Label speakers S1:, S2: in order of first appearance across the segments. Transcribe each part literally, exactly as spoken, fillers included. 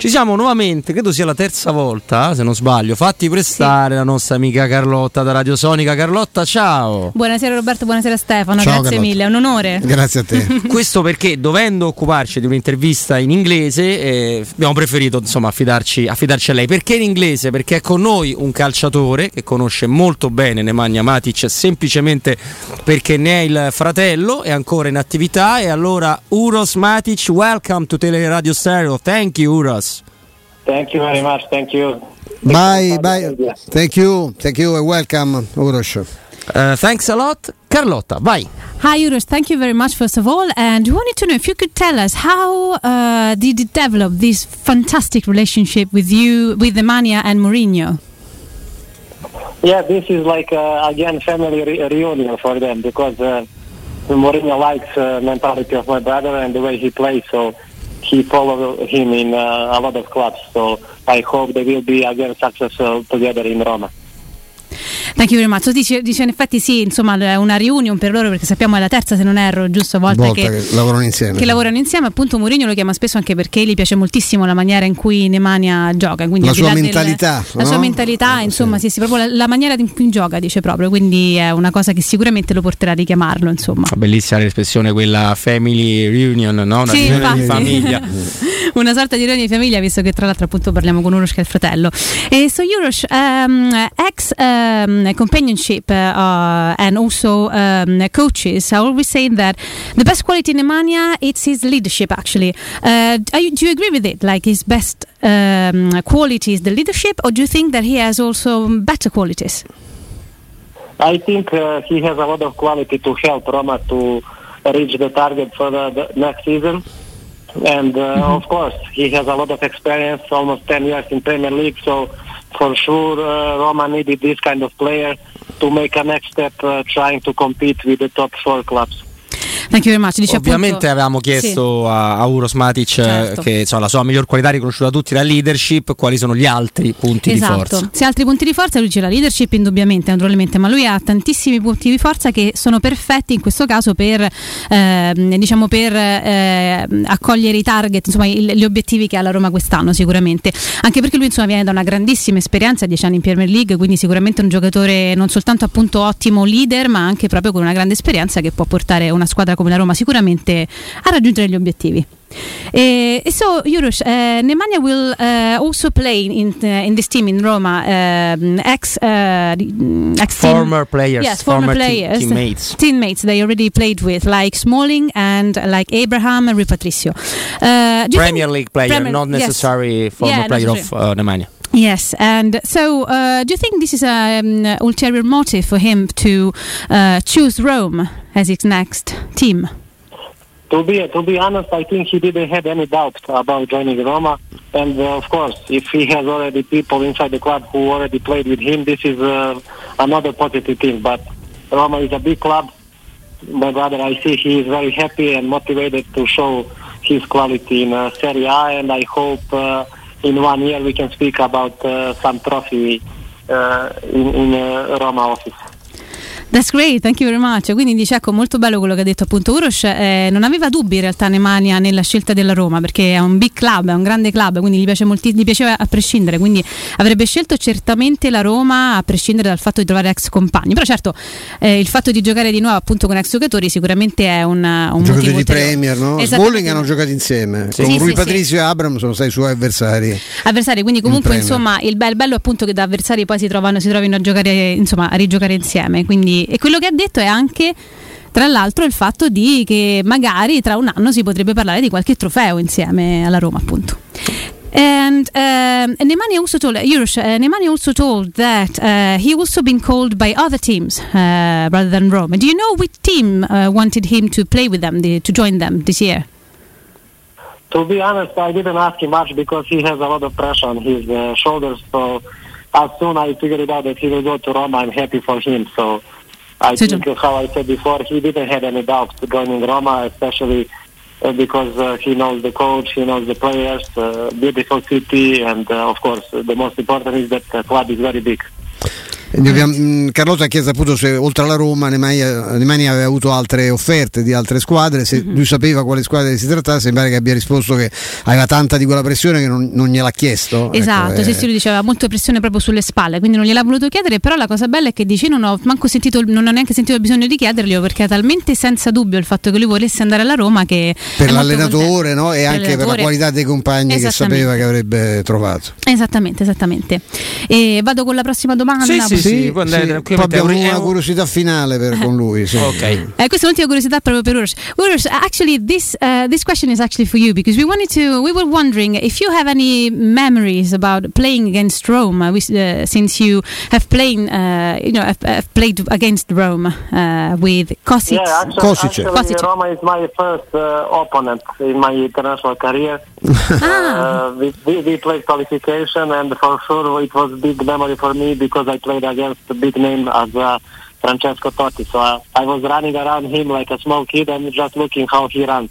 S1: Ci siamo nuovamente, credo sia la terza volta, se non sbaglio, fatti prestare sì. la nostra amica Carlotta da Radio Sonica. Carlotta, ciao.
S2: Buonasera Roberto, buonasera Stefano,
S3: ciao,
S2: grazie
S3: Carlotta.
S2: mille, è un onore.
S3: Grazie a te.
S1: Questo perché, dovendo occuparci di un'intervista in inglese, eh, abbiamo preferito insomma affidarci, affidarci a lei. Perché in inglese? Perché è con noi un calciatore che conosce molto bene Nemanja Matic, semplicemente perché ne è il fratello, è ancora in attività. E allora Uros Matic, welcome to Teleradio Stereo. Thank you Uros.
S4: Thank you very much. Thank you.
S3: Bye, bye. Thank you, thank you and welcome, Uros.
S1: Uh, thanks a lot. Carlotta, vai.
S2: Hi Uros, thank you very much first of all, and we wanted to know if you could tell us how uh, did it develop this fantastic relationship with you, with Nemanja and Mourinho?
S4: Yeah, this is like uh, again family re- reunion for them because uh, Mourinho likes uh, mentality of my brother and the way he plays, so he followed him in uh, a lot of clubs, so I hope they will be again successful together in Roma.
S2: Thank you very much. So, dice, dice in effetti sì, insomma è una reunion per loro perché sappiamo è la terza, se non erro, giusto, volta,
S3: volta
S2: che,
S3: che lavorano insieme.
S2: Che lavorano insieme, appunto Mourinho lo chiama spesso anche perché gli piace moltissimo la maniera in cui Nemanja gioca, quindi
S3: la sua mentalità,
S2: del,
S3: no?
S2: la sua mentalità, insomma, sì, sì, proprio la, la maniera in cui gioca, dice proprio, quindi è una cosa che sicuramente lo porterà a richiamarlo, insomma.
S1: Bellissima l'espressione quella family reunion, no? Una
S2: sì,
S1: riunione di famiglia.
S2: Una sorta di riunione di famiglia, visto che tra l'altro appunto parliamo con Uros che è il fratello. E so Uros, um, ex um, companionship uh, and also um, coaches are always saying that the best quality in Nemanja it's his leadership actually. Uh, are you, do you agree with it? Like his best um, quality is the leadership, or do you think that he has also better qualities?
S4: I think uh, he has a lot of quality to help Roma to reach the target for the, the next season. And uh, mm-hmm. of course, he has a lot of experience, almost ten years in Premier League, so for sure uh, Roma needed this kind of player to make a next step uh, trying to compete with the top four clubs.
S2: Thank you very much. Dice
S1: Ovviamente
S2: appunto,
S1: avevamo chiesto sì. a, a Uros Matic
S2: certo.
S1: che insomma, la sua miglior qualità riconosciuta da tutti, la leadership, quali sono gli altri punti
S2: esatto.
S1: di forza.
S2: Se altri punti di forza lui dice la leadership indubbiamente, naturalmente, ma lui ha tantissimi punti di forza che sono perfetti in questo caso per eh, diciamo per eh, accogliere i target, insomma il, gli obiettivi che ha la Roma quest'anno sicuramente, anche perché lui insomma viene da una grandissima esperienza, dieci anni in Premier League, quindi sicuramente un giocatore non soltanto appunto ottimo leader, ma anche proprio con una grande esperienza che può portare una squadra come la Roma sicuramente a raggiungere gli obiettivi. E uh, so Uros, uh, Nemanja will uh, also play in uh, in this team in Roma, uh, ex uh, ex
S1: former players,
S2: yes, former, former players,
S1: te- teammates,
S2: teammates they already played with, like Smalling and like Abraham and Rui Patricio. Uh,
S1: Premier League player,
S2: Premier,
S1: not necessarily
S2: yes.
S1: former
S2: yeah,
S1: player of uh, Nemanja.
S2: Yes, and so uh, do you think this is an um, ulterior motive for him to uh, choose Rome as his next team?
S4: To be to be honest, I think he didn't have any doubt about joining Roma, and uh, of course, if he has already people inside the club who already played with him, this is uh, another positive thing. But Roma is a big club. My brother, I see he is very happy and motivated to show his quality in uh, Serie A, and I hope uh, in one year we can speak about uh, some trophy uh, in, in uh, Roma office.
S2: That's great, thank you very much. Quindi dice, ecco, molto bello quello che ha detto appunto Uros, eh, non aveva dubbi in realtà Nemanja nella scelta della Roma, perché è un big club, è un grande club, quindi gli, piace molti, gli piaceva a prescindere, quindi avrebbe scelto certamente la Roma a prescindere dal fatto di trovare ex compagni, però certo eh, il fatto di giocare di nuovo appunto con ex giocatori sicuramente è un, un
S3: giocatori
S2: motivo
S3: di Premier, no? Smalling hanno giocato insieme, sì, con sì, Rui sì, Patricio sì. e Abraham sono stati i suoi avversari.
S2: Avversari, quindi comunque insomma il, be- il bello appunto che da avversari poi si trovano, si trovino a giocare, insomma a rigiocare insieme, quindi e quello che ha detto è anche tra l'altro il fatto di che magari tra un anno si potrebbe parlare di qualche trofeo insieme alla Roma appunto. And um, Nemanja also told Uros, uh, Nemanja also told that uh, he also been called by other teams uh, rather than Roma. Do you know which team uh, wanted him to play with them, the, to join them this year?
S4: To be honest, I didn't ask him much because he has a lot of pressure on his uh, shoulders. So as soon as I figured it out that he will go to Roma, I'm happy for him. So I so think, how I said before, he didn't have any doubts joining Roma, especially uh, because uh, he knows the coach, he knows the players, uh, beautiful city, and uh, of course, uh, the most important is that the club is very big.
S3: Abbiamo, Carlotta ha chiesto appunto se oltre alla Roma Nemanja, Nemanja aveva avuto altre offerte di altre squadre, se mm-hmm. lui sapeva quale squadra si trattasse. Mi pare che abbia risposto che aveva tanta di quella pressione che non, non gliel'ha chiesto.
S2: Esatto, ecco, sì, eh. sì, lui diceva molta pressione proprio sulle spalle, quindi non gliel'ha voluto chiedere. Però la cosa bella è che dice: non ho manco sentito, non ho neanche sentito il bisogno di chiederglielo, perché è talmente senza dubbio il fatto che lui volesse andare alla Roma che
S3: per l'allenatore, no? E per anche per la qualità dei compagni che sapeva che avrebbe trovato.
S2: Esattamente, esattamente. E vado con la prossima domanda.
S1: Sì, sì, sì, sì,
S3: poi abbiamo una curiosità finale per, con lui. Sì.
S2: Okay. Eh, questa è l'ultima curiosità proprio per Uros. Uros, actually, this uh, this question is actually for you, because we wanted to. We were wondering if you have any memories about playing against Rome, uh, uh, since you have played, uh, you know, have, have played against Rome uh, with Kosic.
S4: Yeah, actually,
S3: Kosic.
S4: actually
S2: Kosic.
S4: Roma is my first uh, opponent in my international career.
S2: Ah.
S4: uh, we, we, we played qualification, and for sure it was a big memory for me because I played against a big name as uh, Francesco Totti. So uh, I was running around him like a small kid and just looking how he runs.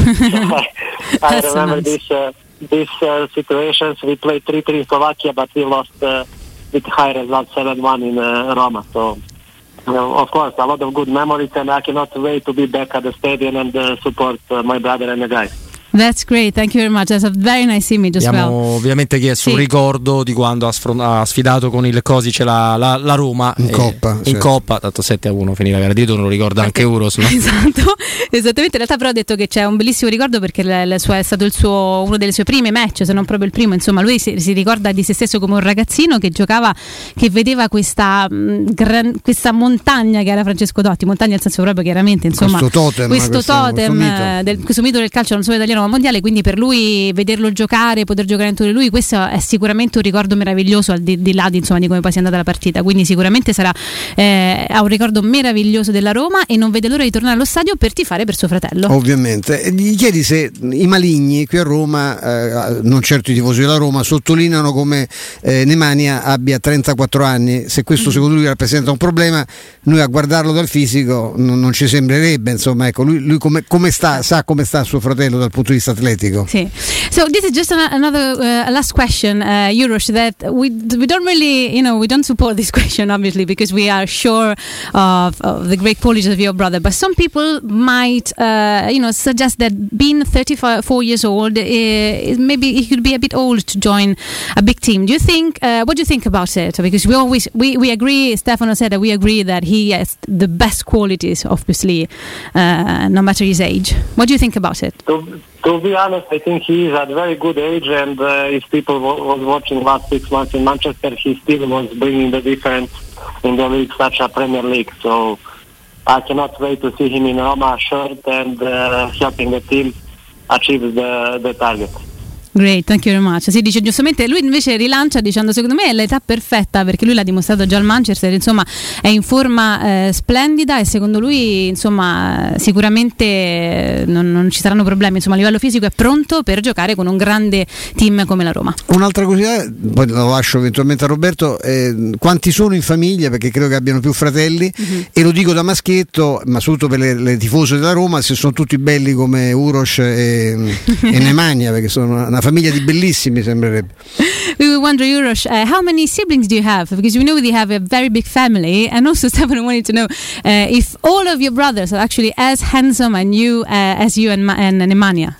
S4: So I, I remember
S2: nice.
S4: this uh, this uh, situations. We played three three in Slovakia, but we lost uh, with high result seven one in uh, Roma. So you know, of course, a lot of good memories, and I cannot wait to be back at the stadium and uh, support uh, my brother and the guys.
S2: That's great, thank you very much. That's a very nice image as
S1: Abbiamo
S2: well.
S1: ovviamente chiesto sì. un ricordo di quando ha, sfron- ha sfidato con il Cosic la, la, la Roma
S3: in Coppa.
S1: In
S3: certo.
S1: Coppa, tanto sette a uno finiva gara di ritorno, lo ricorda anche Uros. No?
S2: Esatto, esattamente. In realtà però ha detto che c'è un bellissimo ricordo perché l- l- è stato il suo, uno delle sue prime match, se non proprio il primo. Insomma, lui si, si ricorda di se stesso come un ragazzino che giocava, che vedeva questa, mh, gran, questa montagna che era Francesco Totti, montagna nel senso proprio chiaramente, insomma,
S3: questo totem,
S2: questo,
S3: questo,
S2: totem
S3: questo, mito.
S2: Del, questo mito del calcio non solo italiano ma mondiale, quindi per lui vederlo giocare, poter giocare dentro di lui, questo è sicuramente un ricordo meraviglioso, al di, di là di, insomma, di come poi sia andata la partita. Quindi sicuramente sarà eh, ha un ricordo meraviglioso della Roma e non vede l'ora di tornare allo stadio per tifare per suo fratello.
S3: Ovviamente. Gli chiedi se i maligni qui a Roma, eh, non certo i tifosi della Roma, sottolineano come eh, Nemanja abbia trentaquattro anni. Se questo mm. secondo lui rappresenta un problema, noi a guardarlo dal fisico non, non ci sembrerebbe, insomma, ecco, lui, lui come, come sta, sa come sta suo fratello dal punto di vista atletico.
S2: Sì. So this is just an, another uh, last question, uh, Uros, that we we don't really, you know, we don't support this question obviously because we are sure of, of the great qualities of your brother. But some people might, uh, you know, suggest that being thirty-four years old, uh, maybe he could be a bit old to join a big team. Do you think? Uh, what do you think about it? Because we always we, we agree. Stefano said that we agree that he has the best qualities, obviously, uh, no matter his age. What do you think about it?
S4: To, to be honest, I think he is at a very good age, and uh, if people w- was watching last six months in Manchester, he still was bringing the difference in the league, such a Premier League. So I cannot wait to see him in Roma shirt and uh, helping the team achieve the, the target.
S2: Great, thank you very much. Si dice giustamente, lui invece rilancia dicendo secondo me è l'età perfetta perché lui l'ha dimostrato già al Manchester, insomma è in forma eh, splendida e secondo lui insomma sicuramente non, non ci saranno problemi, insomma a livello fisico è pronto per giocare con un grande team come la Roma.
S3: Un'altra curiosità, poi lo lascio eventualmente a Roberto, eh, quanti sono in famiglia, perché credo che abbiano più fratelli, mm-hmm. e lo dico da maschietto, ma soprattutto per le, le tifose della Roma, se sono tutti belli come Uros e, e Nemanja, perché sono una famiglia di bellissimi sembrerebbe.
S2: We will wonder, Uros, uh, how many siblings do you have? Because we know they have a very big family, and also Stefano wanted to know uh, if all of your brothers are actually as handsome and you uh, as you and, Ma- and Nemanja.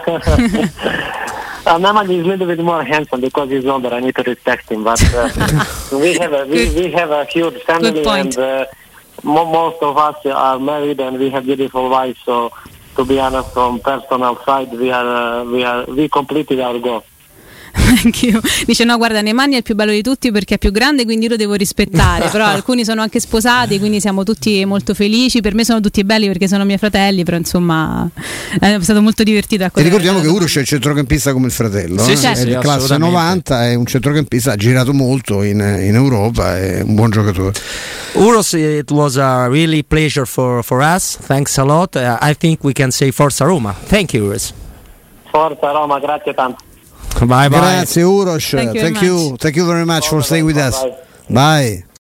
S4: Uh, Nemanja is a little bit more handsome because he's older. I need to respect him, but uh, we have a we, we have a huge family, and uh, mo- most of us are married, and we have beautiful wives. So, to be honest, from personal side, we are uh, we are we completed our goal.
S2: Thank you. Dice no, guarda, Nemanja è il più bello di tutti perché è più grande, quindi lo devo rispettare, però alcuni sono anche sposati, quindi siamo tutti molto felici. Per me sono tutti belli perché sono miei fratelli, però insomma è stato molto divertito.
S3: E ricordiamo che Uros è il centrocampista come il fratello,
S1: sì,
S3: eh?
S1: sì,
S3: è
S1: sì,
S3: di classe novanta, è un centrocampista, ha girato molto in, in Europa, è un buon giocatore.
S1: Uros, it was a really pleasure for, for us. Thanks a lot. Uh, I think we can say Forza Roma. Thank you, Uros.
S4: Forza Roma, grazie tanto.
S1: Bye bye.
S3: Grazie Uros.
S2: Thank you,
S3: Thank you. Thank you very much for staying with us. Bye.